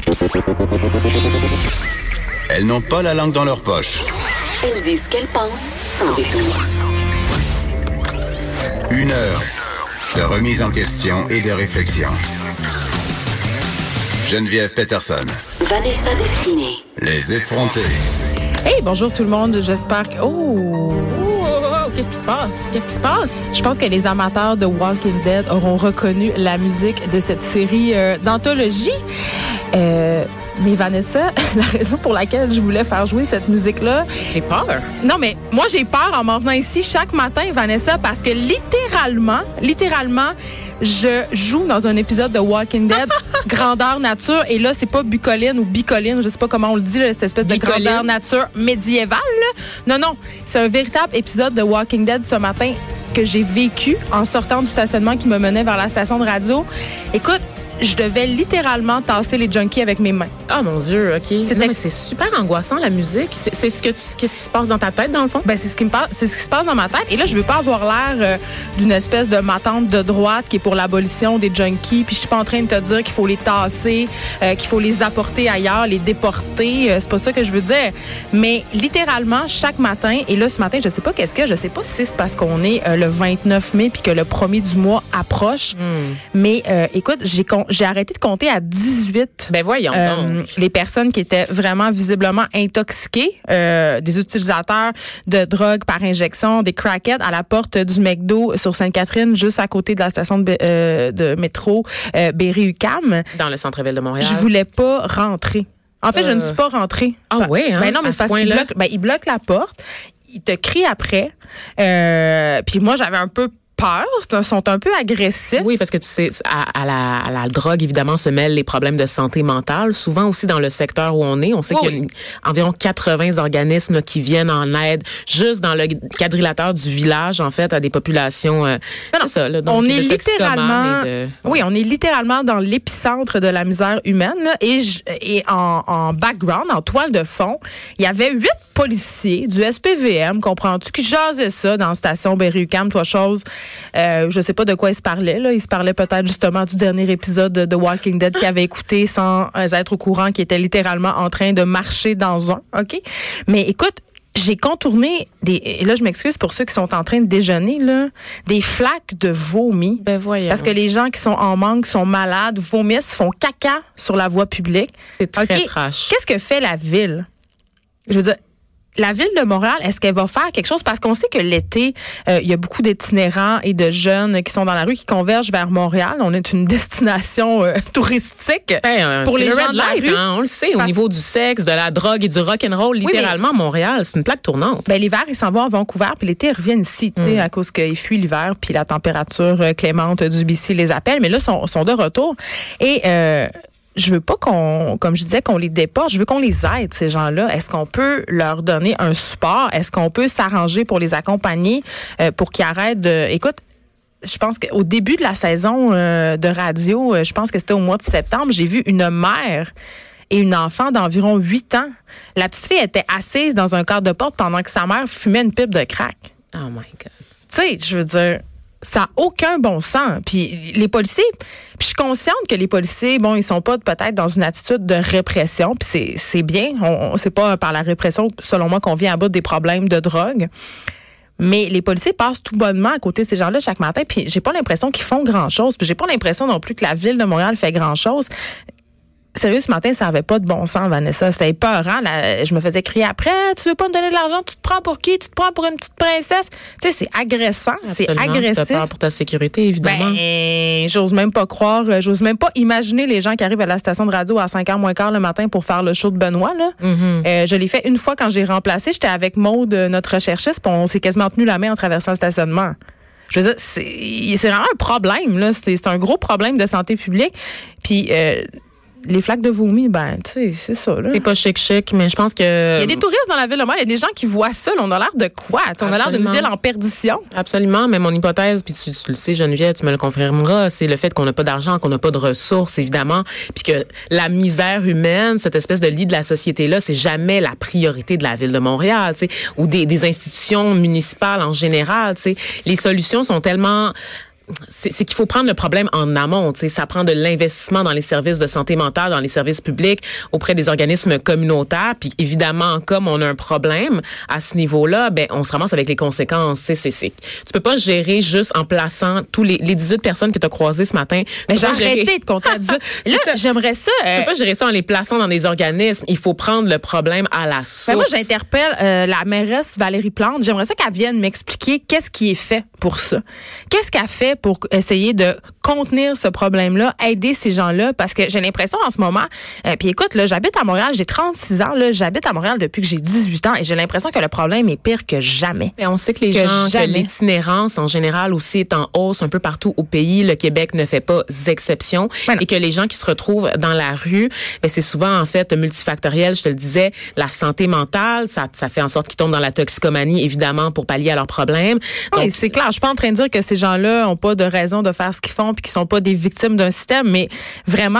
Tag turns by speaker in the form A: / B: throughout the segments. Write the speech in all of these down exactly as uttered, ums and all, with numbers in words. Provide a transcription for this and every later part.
A: Elles n'ont pas la langue dans leur poche.
B: Elles disent ce qu'elles pensent sans détour.
A: Une heure de remise en question et de réflexion. Geneviève Peterson.
B: Vanessa Destinée.
A: Les effrontés.
C: Hey, bonjour tout le monde. J'espère que... Oh! Qu'est-ce qui se passe? Qu'est-ce qui se passe? Je pense que les amateurs de Walking Dead auront reconnu la musique de cette série euh, d'anthologie. Euh, mais Vanessa, la raison pour laquelle je voulais faire jouer cette musique-là...
D: J'ai peur.
C: Non, mais moi, j'ai peur en m'en venant ici chaque matin, Vanessa, parce que littéralement, littéralement, je joue dans un épisode de Walking Dead, grandeur nature, et là, c'est pas bucoline ou bicoline, je sais pas comment on le dit, là, cette espèce de
D: Bicoline.
C: grandeur nature médiévale, là. Non, non, c'est un véritable épisode de Walking Dead ce matin que j'ai vécu en sortant du stationnement qui me menait vers la station de radio. Écoute, je devais littéralement tasser les junkies avec mes mains.
D: Ah, mon Dieu, OK.
C: C'était-
D: Non, mais c'est super angoissant, la musique. C'est, c'est ce que tu, qu'est-ce qui se passe dans ta tête, dans le fond?
C: Ben c'est ce qui me passe, c'est ce qui se passe dans ma tête. Et là, je veux pas avoir l'air euh, d'une espèce de matante de droite qui est pour l'abolition des junkies. Puis je suis pas en train de te dire qu'il faut les tasser, euh, qu'il faut les apporter ailleurs, les déporter. Euh, c'est pas ça que je veux dire. Mais littéralement chaque matin. Et là, ce matin, je sais pas qu'est-ce que, je sais pas si c'est parce qu'on est euh, le vingt-neuf mai puis que le premier du mois approche.
D: Mm.
C: Mais euh, écoute, j'ai con- j'ai arrêté de compter à dix-huit.
D: Ben voyons
C: Euh,
D: donc.
C: les personnes qui étaient vraiment visiblement intoxiquées, euh, des utilisateurs de drogue par injection, des crackheads à la porte du McDo sur Sainte-Catherine, juste à côté de la station de, euh, de métro euh, Berry-UQAM.
D: Dans le centre-ville de Montréal.
C: Je voulais pas rentrer. En fait, je ne
D: Euh.
C: suis pas rentrée.
D: Ah ouais, hein?
C: Ben non, mais
D: À
C: c'est
D: ce
C: parce qu'ils
D: point-là?
C: bloquent, ben, ils bloquent la porte, ils te crient après. Euh, puis moi, j'avais un peu peur. Ils sont un peu agressifs.
D: Oui, parce que tu sais, à, à, la, à la drogue, évidemment, se mêlent les problèmes de santé mentale. Souvent aussi dans le secteur où on est, on sait
C: Oui,
D: qu'il y a une- environ quatre-vingts organismes là, qui viennent en aide juste dans le quadrilatère du village, en fait, à des populations. Euh, c'est ça, là, donc
C: on
D: de
C: est
D: toxicomanes
C: littéralement,
D: et de-
C: oui, on est littéralement dans l'épicentre de la misère humaine. Là, et je- et en, en background, en toile de fond, il y avait huit policiers du S P V M, comprends-tu, qui jasaient ça dans la station Berry-UQAM, toi chose. Euh, je sais pas de quoi ils se parlaient. Là, ils se parlaient peut-être justement du dernier épisode de, de Walking Dead qu'ils avaient écouté sans euh, être au courant, qui était littéralement en train de marcher dans un. Ok, mais écoute. J'ai contourné des, et là je m'excuse pour ceux qui sont en train de déjeuner là, des flaques de vomi.
D: Ben voyons.
C: Parce que les gens qui sont en manque, sont malades, vomissent, font caca sur la voie publique.
D: C'est très
C: OK.
D: trash.
C: Qu'est-ce que fait la ville? Je veux dire, la ville de Montréal, est-ce qu'elle va faire quelque chose? Parce qu'on sait que l'été, euh, il y a beaucoup d'itinérants et de jeunes qui sont dans la rue, qui convergent vers Montréal. On est une destination euh, touristique
D: Ben, euh,
C: pour
D: c'est
C: les
D: le
C: gens
D: red
C: de la
D: light,
C: rue.
D: hein, on le sait, au
C: Parce-
D: niveau du sexe, de la drogue et du rock'n'roll,
C: mais-
D: littéralement, Montréal, c'est une plaque tournante.
C: Ben, l'hiver, ils s'en vont à Vancouver, puis l'été, ils reviennent ici, tu sais, à cause qu'ils fuient l'hiver, puis la température euh, clémente du B C les appelle. Mais là, ils sont, sont de retour. Et euh, je veux pas qu'on, comme je disais, qu'on les déporte. Je veux qu'on les aide, ces gens-là. Est-ce qu'on peut leur donner un support? Est-ce qu'on peut s'arranger pour les accompagner, euh, pour qu'ils arrêtent de... Écoute, je pense qu'au début de la saison euh, de radio, euh, je pense que c'était au mois de septembre, j'ai vu une mère et une enfant d'environ huit ans. La petite fille était assise dans un cadre de porte pendant que sa mère fumait une pipe de crack.
D: Oh my God.
C: Tu sais, je veux dire, ça n'a aucun bon sens. Puis les policiers, puis je suis consciente que les policiers, bon, ils sont pas peut-être dans une attitude de répression, puis c'est, c'est bien. On, on- c'est pas par la répression, selon moi, qu'on vient à bout des problèmes de drogue. Mais les policiers passent tout bonnement à côté de ces gens-là chaque matin, puis j'ai pas l'impression qu'ils font grand-chose. Puis j'ai pas l'impression non plus que la ville de Montréal fait grand-chose. Sérieux, ce matin, ça avait pas de bon sens, Vanessa. C'était épeurant. Là, je me faisais crier après, tu veux pas me donner de l'argent, tu te prends pour qui? Tu te prends pour une petite princesse? Tu sais, c'est agressant, c'est
D: Absolument.
C: agressif.
D: T'as peur pour ta sécurité, évidemment.
C: Ben, j'ose même pas croire, euh, j'ose même pas imaginer les gens qui arrivent à la station de radio à cinq heures moins quart le matin pour faire le show de Benoît, là.
D: Mm-hmm.
C: Euh, je l'ai fait une fois quand j'ai remplacé. J'étais avec Maude, euh, notre recherchiste, puis on s'est quasiment tenu la main en traversant le stationnement. Je veux dire, c'est, c'est vraiment un problème, là. C'est, c'est un gros problème de santé publique. Puis, euh, les flaques de vomi, ben, tu sais, c'est ça, là.
D: C'est pas chic-chic, mais je pense que...
C: Il y a des touristes dans la ville de Montréal, il y a des gens qui voient ça, là. On a l'air de quoi? T'sais, on a l'air d'une
D: Absolument.
C: ville en perdition.
D: Absolument, mais mon hypothèse, puis tu, tu le sais, Geneviève, tu me le confirmeras, c'est le fait qu'on n'a pas d'argent, qu'on n'a pas de ressources, évidemment, puis que la misère humaine, cette espèce de lit de la société-là, c'est jamais la priorité de la ville de Montréal, tu sais, ou des, des institutions municipales en général, tu sais. Les solutions sont tellement c'est, c'est qu'il faut prendre le problème en amont. Tu sais, ça prend de l'investissement dans les services de santé mentale, dans les services publics, auprès des organismes communautaires. Puis évidemment, comme on a un problème à ce niveau-là, ben on se ramasse avec les conséquences. Tu sais, c'est, c'est, tu peux pas gérer juste en plaçant tous les, les dix-huit personnes que tu as croisées ce matin.
C: Mais j'ai arrêté de compter à dix-huit. Là, ça. j'aimerais ça. Euh...
D: Tu peux pas gérer ça en les plaçant dans des organismes. Il faut prendre le problème à la source.
C: Ben moi, j'interpelle euh, la mairesse Valérie Plante. J'aimerais ça qu'elle vienne m'expliquer qu'est-ce qui est fait pour ça. Qu'est-ce qu'elle fait pour essayer de contenir ce problème-là, aider ces gens-là, parce que j'ai l'impression en ce moment, euh, puis écoute, là, j'habite à Montréal, j'ai trente-six ans, là, j'habite à Montréal depuis que j'ai dix-huit ans et j'ai l'impression que le problème est pire que jamais.
D: Et on sait que les
C: que
D: gens,
C: jamais.
D: que l'itinérance en général aussi est en hausse un peu partout au pays. Le Québec ne fait pas exception. Et que les gens qui se retrouvent dans la rue, ben, c'est souvent en fait multifactoriel, je te le disais, la santé mentale, ça, ça fait en sorte qu'ils tombent dans la toxicomanie, évidemment, pour pallier à leurs problèmes.
C: Donc, oui,
D: Donc,
C: c'est clair. Je suis pas en train de dire que ces gens-là ont pas de raison de faire ce qu'ils font puis qu'ils sont pas des victimes d'un système, mais vraiment,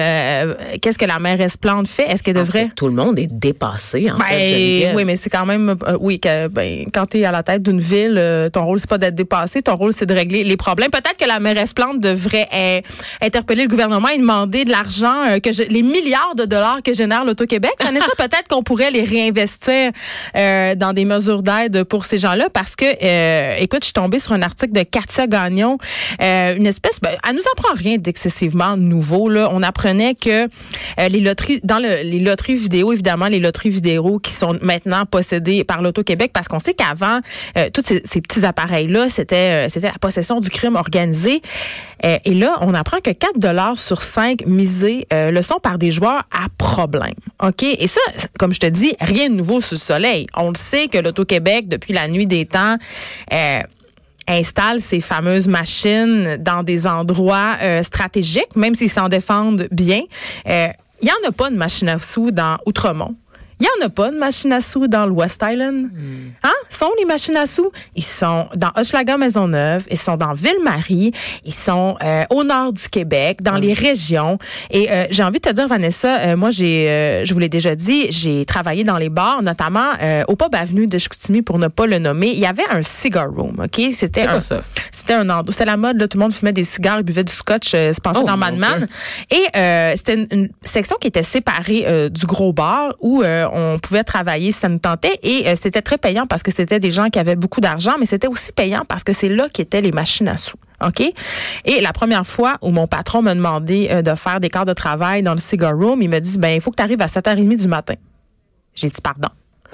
C: le, qu'est-ce que la mairesse Plante fait? Est-ce qu'elle devrait...
D: Que tout le monde est dépassé, en
C: ben,
D: fait, Geneviève.
C: Oui, mais c'est quand même... Euh, oui, que, ben, quand tu es à la tête d'une ville, euh, ton rôle, c'est pas d'être dépassé, ton rôle, c'est de régler les problèmes. Peut-être que la mairesse Plante devrait euh, interpeller le gouvernement et demander de l'argent, euh, que je, les milliards de dollars que génère l'Auto-Québec. Vanessa, peut-être qu'on pourrait les réinvestir euh, dans des mesures d'aide pour ces gens-là, parce que, euh, écoute, je suis tombée sur un article de Katia Gagnon, euh, une espèce... Ben, elle nous apprend rien d'excessivement nouveau. Là. On apprenait que euh, les loteries, dans le, les loteries vidéo, évidemment, les loteries vidéo qui sont maintenant possédées par l'Auto-Québec, parce qu'on sait qu'avant, euh, tous ces, ces petits appareils-là, c'était, euh, c'était la possession du crime organisé. Euh, et là, on apprend que quatre dollars sur cinq misés euh, le sont par des joueurs à problème. OK? Et ça, comme je te dis, rien de nouveau sous le soleil. On le sait que l'Auto-Québec, depuis la nuit des temps, euh, installe ces fameuses machines dans des endroits euh, stratégiques, même s'ils s'en défendent bien. Il euh, n'y en a pas de machine à sous dans Outremont. Il n'y en a pas de machine à sous dans le West Island. Mm. Hein? Sont les machines à sous? Ils sont dans Hochelaga-Maisonneuve, ils sont dans Ville-Marie, ils sont euh, au nord du Québec, dans mm. les régions. Et euh, j'ai envie de te dire, Vanessa, euh, moi, j'ai, euh, je vous l'ai déjà dit, j'ai travaillé dans les bars, notamment euh, au Pub Avenue de Chicoutimi, pour ne pas le nommer. Il y avait un cigar room, OK? C'était
D: C'est
C: un,
D: quoi ça?
C: C'était un endroit. C'était la mode, là, tout le monde fumait des cigares, ils buvaient du scotch, euh, se passait
D: oh,
C: dans Mad Men. Et euh, c'était une, une section qui était séparée euh, du gros bar où euh, on pouvait travailler si ça nous tentait, et euh, c'était très payant parce que c'était des gens qui avaient beaucoup d'argent, mais c'était aussi payant parce que c'est là qu'étaient les machines à sous. OK? Et la première fois où mon patron m'a demandé euh, de faire des quarts de travail dans le cigar room, il m'a dit, ben, il faut que tu arrives à sept heures trente du matin. J'ai dit, pardon.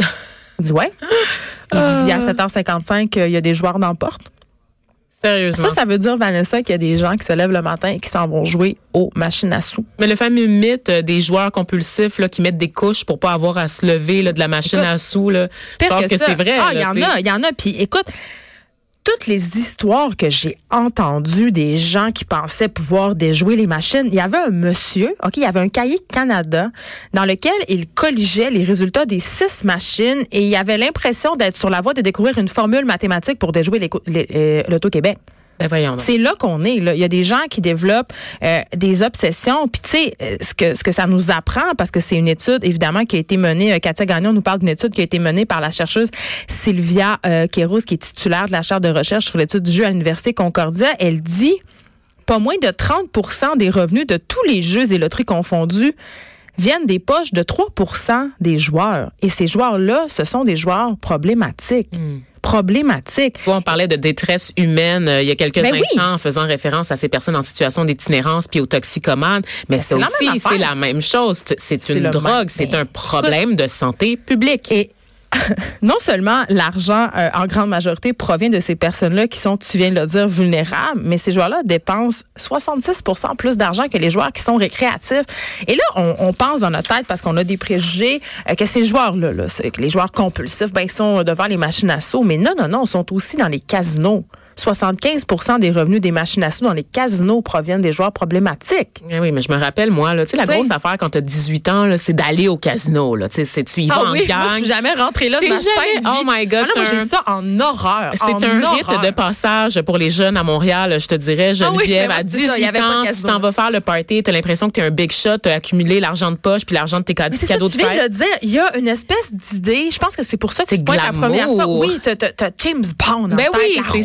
C: Il dit, ouais. Il dit, à sept heures cinquante-cinq, il y a des joueurs dans la porte.
D: Sérieusement.
C: Ça, ça veut dire, Vanessa, qu'il y a des gens qui se lèvent le matin et qui s'en vont jouer aux machines à sous.
D: Mais le fameux mythe des joueurs compulsifs là, qui mettent des couches pour pas avoir à se lever là, de la machine écoute, à sous, là, je pense que, que c'est vrai.
C: Ah, il y en a, il y en a. Puis écoute, toutes les histoires que j'ai entendues des gens qui pensaient pouvoir déjouer les machines, il y avait un monsieur, OK, il y avait un cahier Canada dans lequel il colligeait les résultats des six machines et il avait l'impression d'être sur la voie de découvrir une formule mathématique pour déjouer les, les, les, l'Auto-Québec.
D: Ben voyons donc.
C: C'est là qu'on est. Là. Il y a des gens qui développent euh, des obsessions. Puis tu sais, ce que ce que ça nous apprend, parce que c'est une étude évidemment qui a été menée. Euh, Katia Gagnon nous parle d'une étude qui a été menée par la chercheuse Sylvia euh, Kéros, qui est titulaire de la chaire de recherche sur l'étude du jeu à l'Université Concordia. Elle dit pas moins de trente pour cent des revenus de tous les jeux et loteries confondus viennent des poches de trois pour cent des joueurs. Et ces joueurs-là, ce sont des joueurs problématiques. Mm. problématique.
D: On parlait de détresse humaine euh, il y a quelques
C: ben
D: instants
C: oui.
D: en faisant référence à ces personnes en situation d'itinérance puis aux toxicomanes. Mais ben, ça aussi, c'est la même chose. C'est, c'est une drogue, même. c'est un problème de santé publique.
C: Et non seulement l'argent, euh, en grande majorité, provient de ces personnes-là qui sont, tu viens de le dire, vulnérables, mais ces joueurs-là dépensent soixante-six pour cent plus d'argent que les joueurs qui sont récréatifs. Et là, on, on pense dans notre tête, parce qu'on a des préjugés, euh, que ces joueurs-là, là, que les joueurs compulsifs, ben, ils sont devant les machines à sous. Mais non, non, non, ils sont aussi dans les casinos. soixante-quinze pour cent des revenus des machines à sous dans les casinos proviennent des joueurs problématiques.
D: Oui, mais je me rappelle, moi, là, tu sais, la t'sais, grosse affaire quand tu as dix-huit ans, là, c'est d'aller au casino. Là, tu sais, tu y vas
C: ah
D: en
C: oui,
D: gang.
C: Moi, je suis jamais rentrée là de ma
D: jamais... Oh my God.
C: Ah non, moi, j'ai ça en horreur.
D: C'est
C: en
D: un
C: horreur.
D: rite de passage pour les jeunes à Montréal, je te dirais, Geneviève. Ah oui, à dix-huit ans, tu t'en vas faire le party, tu as l'impression que tu es un big shot, tu as accumulé l'argent de poche puis l'argent de tes cadeaux de fête.
C: Tu viens de le dire, il y a une espèce d'idée, je pense que c'est pour ça que
D: c'est
C: tu pointes la première fois. Oui, tu as James Bond en
D: ben
C: tête,
D: oui,
C: la
D: c'est
C: roulette.
D: ça.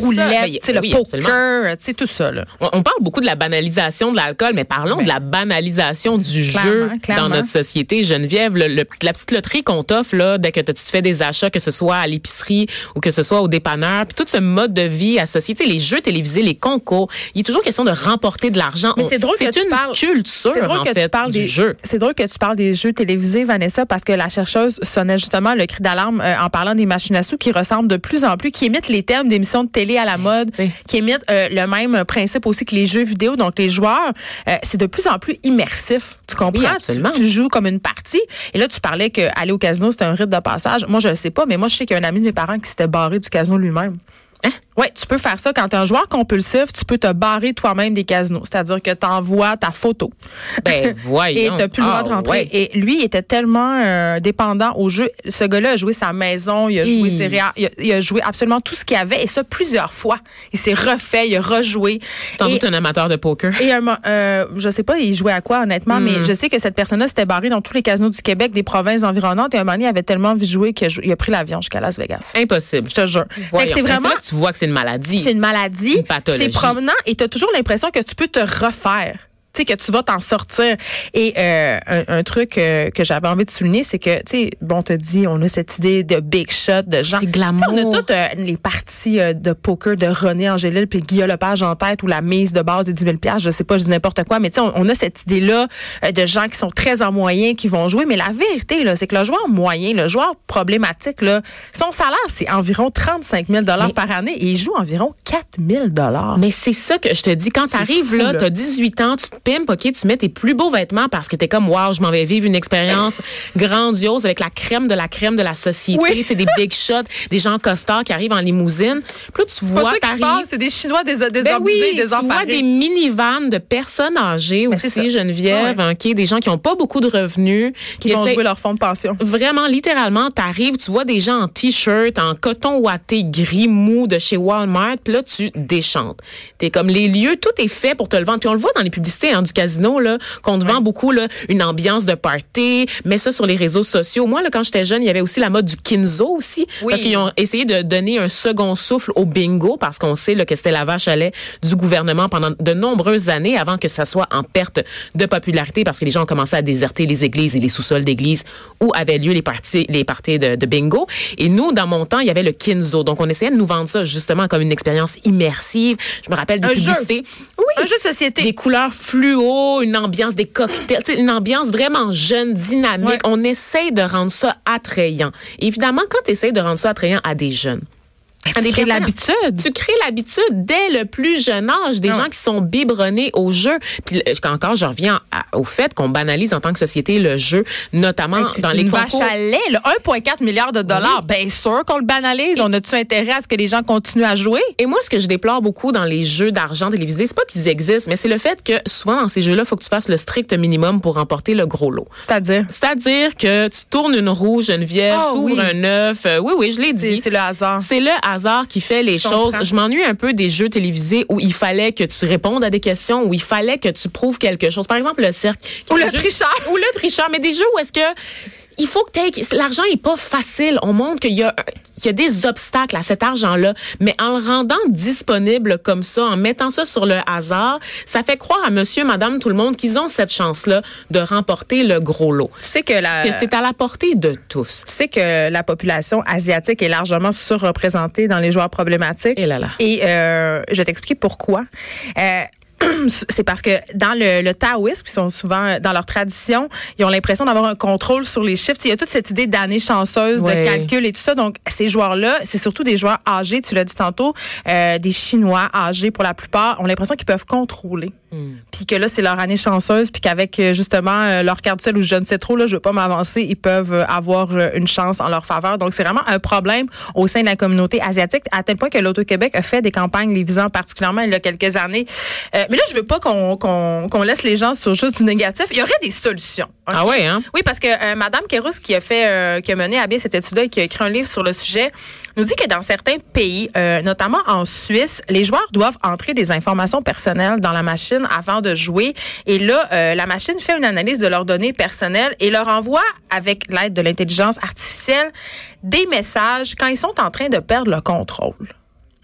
D: ben,
C: ben, le
D: oui,
C: poker, tout ça. Là.
D: On, on parle beaucoup de la banalisation de l'alcool, mais parlons ben, de la banalisation du
C: clairement,
D: jeu
C: clairement.
D: dans notre société. Geneviève, le, le, la petite loterie qu'on t'offre là, dès que tu te fais des achats, que ce soit à l'épicerie ou que ce soit au dépanneur, puis tout ce mode de vie associé, les jeux télévisés, les concours, il est toujours question de remporter de l'argent.
C: Mais c'est drôle
D: c'est
C: que tu
D: une
C: parles,
D: culture,
C: c'est drôle
D: en
C: que
D: fait,
C: tu parles
D: du
C: des,
D: jeu.
C: C'est drôle que tu parles des jeux télévisés, Vanessa, parce que la chercheuse sonnait justement le cri d'alarme euh, en parlant des machines à sous qui ressemblent de plus en plus, qui imitent les thèmes d'émissions de télé à la mode,
D: T'sais.
C: qui imitent euh, le même principe aussi que les jeux vidéo. Donc, les joueurs, euh, c'est de plus en plus immersif. Tu comprends?
D: Oui, absolument.
C: Tu, tu joues comme une partie. Et là, tu parlais qu'aller au casino, c'était un rite de passage. Moi, je le sais pas, mais moi, je sais qu'il y a un ami de mes parents qui s'était barré du casino lui-même. Hein? Oui, tu peux faire ça. Quand tu es un joueur compulsif, tu peux te barrer toi-même des casinos. C'est-à-dire que tu envoies ta photo.
D: Ben, voyons.
C: Et tu n'as plus le droit
D: ah,
C: de rentrer.
D: Ouais.
C: Et lui, il était tellement euh, dépendant au jeu. Ce gars-là a joué sa maison, il a joué
D: Hi.
C: ses réa- il a, il a joué absolument tout ce qu'il y avait. Et ça, plusieurs fois. Il s'est refait, il a rejoué.
D: Sans
C: et,
D: doute un amateur de poker.
C: Et un, euh, je sais pas, il jouait à quoi, honnêtement,
D: Mm.
C: mais je sais que cette personne-là s'était barrée dans tous les casinos du Québec, des provinces environnantes. Et un moment donné, il avait tellement envie de jouer qu'il a, il a pris l'avion jusqu'à Las Vegas.
D: Impossible.
C: Je te jure. Fait
D: Voyons.
C: que c'est
D: Mais
C: vraiment...
D: là que tu vois que c'est une maladie.
C: C'est une maladie,
D: Une pathologie.
C: c'est promenant et tu as toujours l'impression que tu peux te refaire. Tu sais, que tu vas t'en sortir. Et euh, un, un truc euh, que j'avais envie de souligner, c'est que, tu sais, bon, on te dit, on a cette idée de big shot, de gens.
D: C'est glamour.
C: T'sais, on a toutes euh, les parties euh, de poker de René Angélil puis Guillaume Lepage en tête ou la mise de base des dix mille dollars, je sais pas, je dis n'importe quoi, mais tu sais, on, on a cette idée-là euh, de gens qui sont très en moyen, qui vont jouer. Mais la vérité, là, c'est que le joueur moyen, le joueur problématique, là, son salaire, c'est environ trente-cinq mille dollars par année et il joue environ quatre mille dollars.
D: Mais c'est ça que je te dis. Quand tu arrives là,
C: là.
D: tu as dix-huit ans, tu te pimpes, OK, tu mets tes plus beaux vêtements parce que tu es comme, wow, je m'en vais vivre une expérience grandiose avec la crème de la crème de la société.
C: Oui.
D: Tu sais, des big shots, des gens costards qui arrivent en limousine. Puis là, tu
C: C'est
D: vois,
C: pas ça qui se
D: t'arrives-
C: passe, c'est des Chinois, des, des
D: Ben
C: abusés,
D: oui,
C: des
D: tu vois
C: enfarés.
D: des minivans de personnes âgées
C: Ben, c'est ça.
D: aussi, Geneviève, OK, des gens qui ont pas beaucoup de revenus,
C: qui vont
D: essaient-
C: jouer leur fonds de pension.
D: Vraiment, littéralement, t'arrives, tu vois des gens en t-shirt, en coton ouaté gris mou de chez Walmart, puis là, tu déchantes. T'es comme, les lieux, tout est fait pour te le vendre. Puis on le voit dans les publicités hein, du casino, là, qu'on te vend beaucoup, là, une ambiance de party, mets ça sur les réseaux sociaux. Moi, là, quand j'étais jeune, il y avait aussi la mode du Kinzo aussi,
C: Oui.
D: parce qu'ils ont essayé de donner un second souffle au bingo, parce qu'on sait là, que c'était la vache à lait du gouvernement pendant de nombreuses années, avant que ça soit en perte de popularité, parce que les gens ont commencé à déserter les églises et les sous-sols d'églises où avaient lieu les parties, les parties de, de bingo. Et nous, dans mon temps, il y avait le Kinzo. Donc, on essayait de nous vendre ça justement comme une expérience immersive. Je me rappelle des
C: Un
D: publicités.
C: jeu.
D: Oui.
C: Un jeu de société.
D: Des couleurs fluo, une ambiance, des cocktails, tu sais, une ambiance vraiment jeune, dynamique.
C: Ouais.
D: On essaye de rendre ça attrayant. Évidemment, quand tu essayes de rendre ça attrayant à des jeunes, à
C: Tu
D: des
C: crées
D: personnes-
C: l'habitude.
D: Tu crées l'habitude dès le plus jeune âge. Des
C: Ah.
D: gens qui sont biberonnés au jeu. Puis euh, encore, je reviens à- au fait qu'on banalise en tant que société le jeu, notamment
C: C'est
D: dans
C: une
D: les
C: vache
D: concours.
C: à lait, là, un virgule quatre milliard de dollars. Bien sûr qu'on le banalise. On a-tu intérêt à ce que les gens continuent à jouer?
D: Et moi, ce que je déplore beaucoup dans les jeux d'argent télévisés, c'est pas qu'ils existent, mais c'est le fait que souvent dans ces jeux-là, il faut que tu fasses le strict minimum pour remporter le gros lot.
C: C'est-à-dire?
D: C'est-à-dire que tu tournes une roue, Geneviève,
C: Ah,
D: tu ouvres
C: oui.
D: un œuf. Euh, oui, oui, je l'ai
C: C'est
D: dit.
C: c'est le hasard.
D: C'est le hasard qui fait les
C: Je
D: choses.
C: comprends.
D: Je m'ennuie un peu des jeux télévisés où il fallait que tu répondes à des questions, où il fallait que tu prouves quelque chose. Par exemple, le cirque. qui
C: Ou
D: est
C: le
D: un jeu-
C: tricheur.
D: Ou le tricheur. Mais des jeux où est-ce que il faut que t'aies, l'argent est pas facile. On montre qu'il y a, qu'il y a des obstacles à cet argent-là. Mais en le rendant disponible comme ça, en mettant ça sur le hasard, ça fait croire à monsieur, madame, tout le monde qu'ils ont cette chance-là de remporter le gros lot.
C: Tu sais que la...
D: Que c'est à la portée de tous.
C: Tu sais que la population asiatique est largement surreprésentée dans les joueurs problématiques.
D: Et là là.
C: Et euh, je vais t'expliquer pourquoi. Euh, c'est parce que dans le, le taoïsme, ils sont souvent dans leur tradition, ils ont l'impression d'avoir un contrôle sur les chiffres. Il y a toute cette idée d'année chanceuse,
D: Ouais.
C: de calcul et tout ça. Donc, ces joueurs-là, c'est surtout des joueurs âgés, tu l'as dit tantôt, euh, des Chinois âgés pour la plupart, ont l'impression qu'ils peuvent contrôler. Mm. Puis que là, c'est leur année chanceuse, puis qu'avec euh, justement euh, leur cartel ou je ne sais trop, là, je veux pas m'avancer, ils peuvent euh, avoir euh, une chance en leur faveur. Donc, c'est vraiment un problème au sein de la communauté asiatique, à tel point que l'Auto-Québec a fait des campagnes les visant particulièrement il y a quelques années. Euh, mais là, je veux pas qu'on qu'on qu'on laisse les gens sur juste du négatif. Il y aurait des solutions. Okay?
D: Ah ouais, hein?
C: Oui, parce que euh, Madame Kérousse, qui a fait, euh, qui a mené à bien cette étude-là et qui a écrit un livre sur le sujet, nous dit que dans certains pays, euh, notamment en Suisse, les joueurs doivent entrer des informations personnelles dans la machine avant de jouer. Et là, euh, la machine fait une analyse de leurs données personnelles et leur envoie, avec l'aide de l'intelligence artificielle, des messages quand ils sont en train de perdre le contrôle.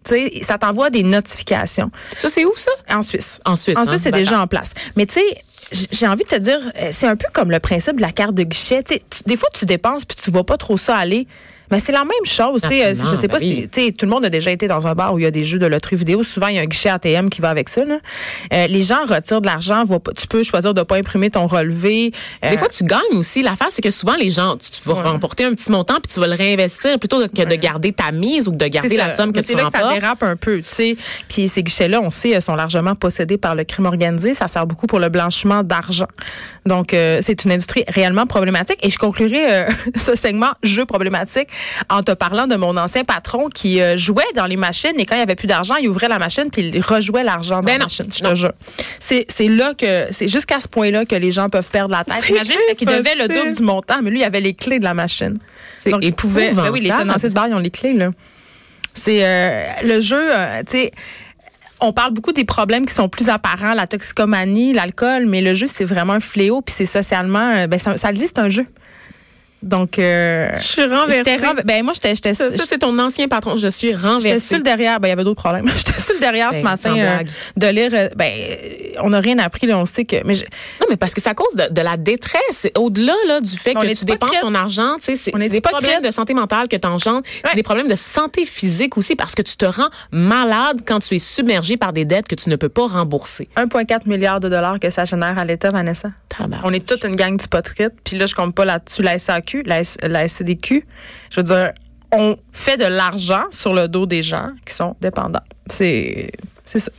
C: sais, ça t'envoie des notifications.
D: Ça, c'est où, ça?
C: En Suisse.
D: En Suisse,
C: En Suisse,
D: hein?
C: c'est
D: D'accord.
C: déjà en place. Mais tu sais, j'ai envie de te dire, c'est un peu comme le principe de la carte de guichet. Tu sais, tu- des fois, tu dépenses puis tu vois pas trop ça aller. Mais c'est la même chose. Tu sais, euh,
D: Absolument,
C: je sais pas
D: ben
C: si
D: oui.
C: tu sais, tout le monde a déjà été dans un bar où il y a des jeux de loterie vidéo. Souvent, il y a un guichet A T M qui va avec ça. Là. Euh, les gens retirent de l'argent. voient pas- Tu peux choisir de pas imprimer ton relevé. Euh,
D: Des fois, tu gagnes aussi. L'affaire, c'est que souvent, les gens, tu, tu vas
C: Ouais.
D: remporter un petit montant puis tu vas le réinvestir plutôt que de garder ta mise ou de garder
C: c'est
D: la
C: ça.
D: somme que
C: Mais
D: tu
C: c'est là que ça
D: remportes.
C: dérape un peu, tu sais. Puis ces guichets-là, on sait, sont largement possédés par le crime organisé. Ça sert beaucoup pour le blanchiment d'argent. Donc, euh, c'est une industrie réellement problématique. Et je conclurai euh, ce segment jeu problématique en te parlant de mon ancien patron qui euh, jouait dans les machines et quand il n'y avait plus d'argent, il ouvrait la machine puis il rejouait l'argent dans
D: Ben
C: la
D: non,
C: machine. Je
D: non.
C: te jure. C'est, c'est là que, c'est jusqu'à ce point-là que les gens peuvent perdre la tête.
D: C'est
C: Imagine c'est qu'il devait le
D: impossible.
C: double du montant, mais lui, il avait les clés de la machine.
D: C'est
C: Donc, il pouvait. Ben oui, les
D: épouvantable.
C: tenanciers de bar, ils ont les clés, là. C'est euh, le jeu, euh, tu sais. On parle beaucoup des problèmes qui sont plus apparents, la toxicomanie, l'alcool, mais le jeu, c'est vraiment un fléau, puis c'est socialement, euh, ben ça, ça le dit, c'est un jeu. Donc, euh,
D: Je suis renversée.
C: j'étais renv- ben moi, j'étais, j'étais,
D: Ça, ça, c'est ton ancien patron. Je suis renversée.
C: j'étais sur le derrière. Ben, il y avait d'autres problèmes. J'étais sur le derrière
D: Ben,
C: ce matin
D: sans
C: euh,
D: blague.
C: de lire. euh, ben, on n'a rien appris. Là, on sait que. Mais je-
D: Non, mais parce que c'est à cause de, de la détresse. C'est au-delà là, du fait
C: On
D: que
C: est
D: tu dépenses
C: hypocrite.
D: ton argent. Tu sais, c'est
C: On est
D: c'est des
C: hypocrite.
D: problèmes de santé mentale que tu engendres. C'est
C: Ouais.
D: des problèmes de santé physique aussi parce que tu te rends malade quand tu es submergé par des dettes que tu ne peux pas rembourser.
C: un virgule quatre milliard de dollars que ça génère à l'État, Vanessa.
D: Tabarnak.
C: On est toute une gang d'hypocrites. Puis là, je compte pas là-dessus la S A Q, la, S- la S C D Q. Je veux dire, on fait de l'argent sur le dos des gens qui sont dépendants. C'est, c'est ça.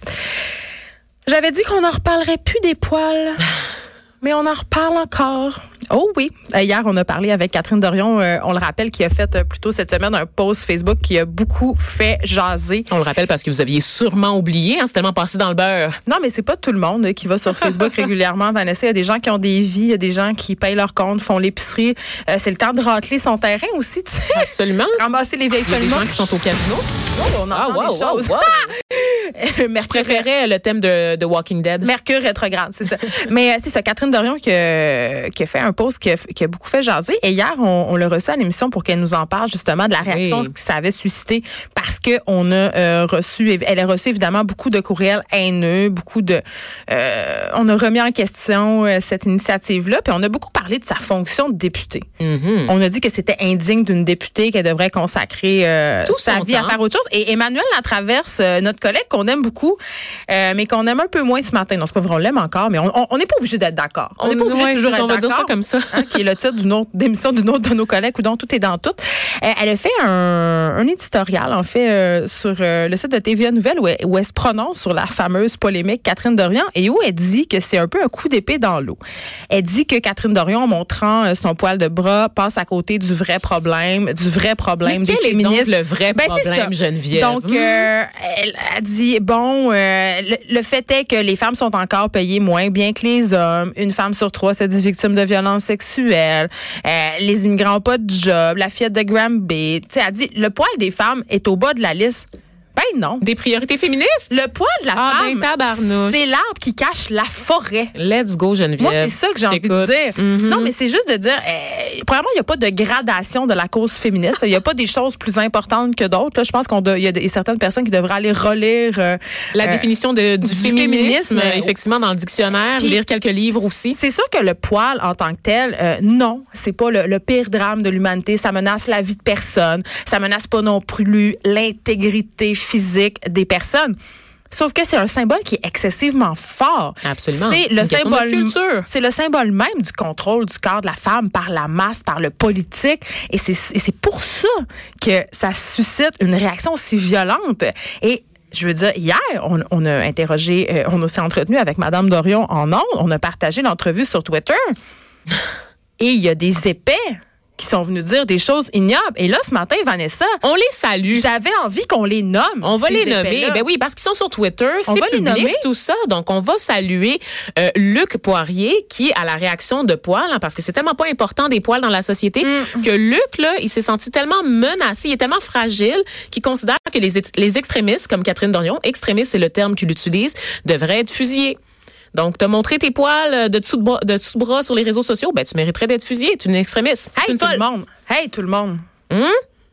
C: J'avais dit qu'on n'en reparlerait plus des poils, mais on en reparle encore. Oh oui. Euh, Hier, on a parlé avec Catherine Dorion, euh, on le rappelle, qui a fait euh, plutôt cette semaine un post Facebook qui a beaucoup fait jaser.
D: On le rappelle parce que vous aviez sûrement oublié, hein, c'est tellement passé dans le beurre.
C: Non, mais c'est pas tout le monde euh, qui va sur Facebook régulièrement, Vanessa. Il y a des gens qui ont des vies, il y a des gens qui payent leur compte, font l'épicerie. Euh, c'est le temps de racler son terrain aussi, tu sais.
D: Absolument.
C: Ramasser les vieilles
D: Il y a des
C: feuilles
D: gens qui sont au casino.
C: Oh, on entend
D: Ah, wow,
C: des choses.
D: wow, wow. Je
C: Mercure,
D: préférais le thème de, de Walking Dead.
C: Mercure rétrograde, c'est ça. Mais euh, c'est ça, Catherine Dorion qui a, qui a fait un post qui a, qui a beaucoup fait jaser. Et hier, on, on l'a reçu à l'émission pour qu'elle nous en parle justement de la réaction
D: Oui.
C: que ça avait suscité parce que on a euh, reçu, elle a reçu évidemment beaucoup de courriels haineux, beaucoup de, euh, on a remis en question euh, cette initiative-là, puis on a beaucoup parlé de sa fonction de députée.
D: Mm-hmm.
C: On a dit que c'était indigne d'une députée qu'elle devrait consacrer euh,
D: Tout
C: sa
D: son
C: vie à
D: temps.
C: faire autre chose. Et Emmanuel Latraverse, euh, notre collègue qu'on aime beaucoup, euh, mais qu'on aime un peu moins ce matin. Non, c'est pas vrai, on l'aime encore, mais on on n'est pas obligé d'être d'accord. On n'est pas obligé
D: ouais,
C: de toujours
D: c'est ça,
C: être
D: on va dire ça
C: d'accord.
D: comme ça.
C: Hein, qui est le titre d'une autre d'émission d'une autre de nos collègues ou dont tout est dans tout. Euh, elle a fait un, un éditorial, en fait, euh, sur euh, le site de T V A Nouvelles où elle, où elle se prononce sur la fameuse polémique Catherine Dorion et où elle dit que c'est un peu un coup d'épée dans l'eau. Elle dit que Catherine Dorion, en montrant euh, son poil de bras, passe à côté du vrai problème, du vrai problème
D: Mais
C: des
D: quel est
C: féministes.
D: donc le vrai
C: Ben, c'est
D: problème,
C: ça.
D: Geneviève?
C: Donc,
D: Hmm.
C: euh, elle a dit, bon, euh, le, le fait est que les femmes sont encore payées moins bien que les hommes. Une femme sur trois se dit victime de violences sexuelles. Euh, les immigrants n'ont pas de job. La fillette de Granby. Tu sais, elle dit, le poil des femmes est au bas de la liste. Ben non.
D: Des priorités féministes?
C: Le poil de la
D: Ah, ben,
C: femme,
D: tabarnouche.
C: c'est l'arbre qui cache la forêt.
D: Let's go, Geneviève.
C: Moi, c'est ça que j'ai envie de
D: Écoute.
C: dire.
D: Mhm.
C: Non, mais c'est juste de dire, euh, premièrement, il n'y a pas de gradation de la cause féministe. Il n'y a pas des choses plus importantes que d'autres. Là, je pense qu'il y a des, certaines personnes qui devraient aller relire euh,
D: La
C: euh,
D: définition de, du,
C: du
D: féminisme,
C: féminisme,
D: euh, effectivement, dans le dictionnaire,
C: Puis,
D: lire quelques livres aussi.
C: C'est sûr que le poil en tant que tel, euh, non, c'est pas le, le pire drame de l'humanité. Ça menace la vie de personne. Ça menace pas non plus l'intégrité physique des personnes. Sauf que c'est un symbole qui est excessivement fort.
D: Absolument.
C: C'est
D: C'est
C: le
D: une question de
C: symbole
D: culture.
C: C'est le symbole même du contrôle du corps de la femme par la masse, par le politique. Et c'est et c'est pour ça que ça suscite une réaction aussi violente. Et je veux dire, hier, on, on a interrogé, euh, on s'est entretenu avec Madame Dorion en ondes. On a partagé l'entrevue sur Twitter. Et il y a des épais qui sont venus dire des choses ignobles. Et là, ce matin, Vanessa,
D: On les salue.
C: j'avais envie qu'on les nomme.
D: On va
C: ces
D: les nommer.
C: épais-là.
D: Ben oui, parce qu'ils sont sur Twitter,
C: On
D: c'est
C: va les
D: public,
C: nommer.
D: tout ça. Donc, on va saluer euh, Luc Poirier, qui, à la réaction de poils, hein, parce que c'est tellement pas important des poils dans la société,
C: Mm.
D: que Luc, là, il s'est senti tellement menacé, il est tellement fragile, qu'il considère que les, ex- les extrémistes, comme Catherine Dorion, extrémistes, c'est le terme qu'il utilise, devraient être fusillés. Donc, t'as montré tes poils de dessous de, bras, de dessous de bras sur les réseaux sociaux, ben tu mériterais d'être fusillé. Tu es une extrémiste. Tu es
C: Hey,
D: une
C: tout
D: folle.
C: le monde. Hey, tout le monde.
D: Hum?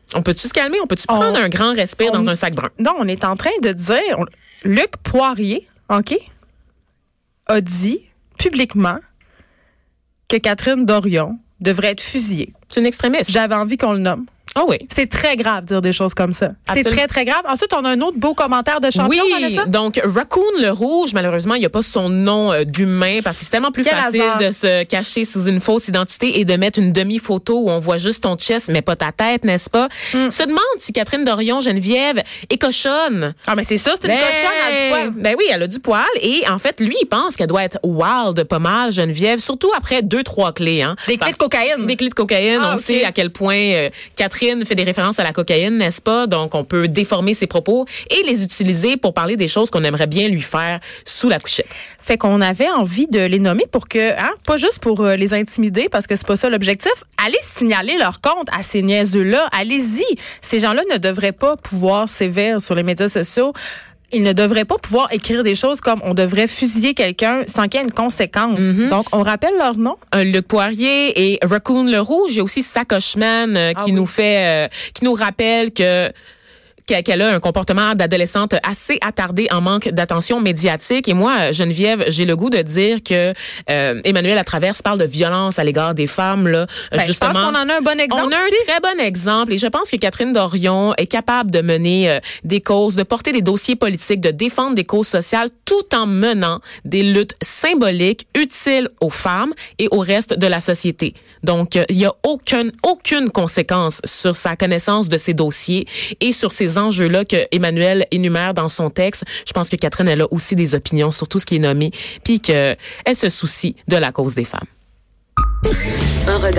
D: On peut-tu se calmer? On peut-tu on, prendre un grand respire on, dans un sac brun?
C: Non, on est en train de dire, on, Luc Poirier, OK, a dit publiquement que Catherine Dorion devrait être fusillée.
D: C'est une extrémiste.
C: J'avais envie qu'on le nomme.
D: Ah oui.
C: C'est très grave de dire des choses comme ça.
D: Absolument.
C: C'est très, très grave. Ensuite, on a un autre beau commentaire de champion,
D: oui,
C: Vanessa.
D: Donc, Raccoon le Rouge, malheureusement, il n'y a pas son nom euh, d'humain parce que c'est tellement plus
C: Quel
D: facile
C: hasard.
D: de se cacher sous une fausse identité et de mettre une demi-photo où on voit juste ton chest, mais pas ta tête, n'est-ce pas? Mm. Se demande si Catherine Dorion, Geneviève, est cochonne.
C: Ah, mais c'est ça, c'est une
D: ben,
C: cochonne, elle a du poil.
D: Ben oui, elle a du poil. Et en fait, lui, il pense qu'elle doit être wild pas mal, Geneviève, surtout après deux, trois clés. Hein,
C: des clés de cocaïne.
D: Des clés de cocaïne.
C: Ah,
D: on
C: okay.
D: sait à quel point euh, Catherine fait des références à la cocaïne, n'est-ce pas? Donc, on peut déformer ses propos et les utiliser pour parler des choses qu'on aimerait bien lui faire sous la couchette.
C: Fait qu'on avait envie de les nommer pour que, hein, pas juste pour euh, les intimider, parce que c'est pas ça l'objectif, allez signaler leur compte à ces niaiseux-là. Allez-y. Ces gens-là ne devraient pas pouvoir sévir sur les médias sociaux. Ils ne devraient pas pouvoir écrire des choses comme on devrait fusiller quelqu'un sans qu'il y ait une conséquence. Mm-hmm. Donc, on rappelle leur nom.
D: Un Luc Poirier et Raccoon le Rouge. Il y a aussi Sacochman euh, ah qui oui. nous fait, euh, qui nous rappelle que qu'elle a un comportement d'adolescente assez attardé en manque d'attention médiatique. Et moi, Geneviève, j'ai le goût de dire que euh, Emmanuel Latraverse parle de violence à l'égard des femmes. Là,
C: ben,
D: justement,
C: je pense qu'on en a un bon exemple.
D: On a un
C: aussi.
D: très bon exemple. Et je pense que Catherine Dorion est capable de mener euh, des causes, de porter des dossiers politiques, de défendre des causes sociales tout en menant des luttes symboliques utiles aux femmes et au reste de la société. Donc, il euh, y a aucune, aucune conséquence sur sa connaissance de ces dossiers et sur ces enjeux-là que Emmanuel énumère dans son texte. Je pense que Catherine, elle a aussi des opinions sur tout ce qui est nommé, puis qu'elle se soucie de la cause des femmes.
B: Un regard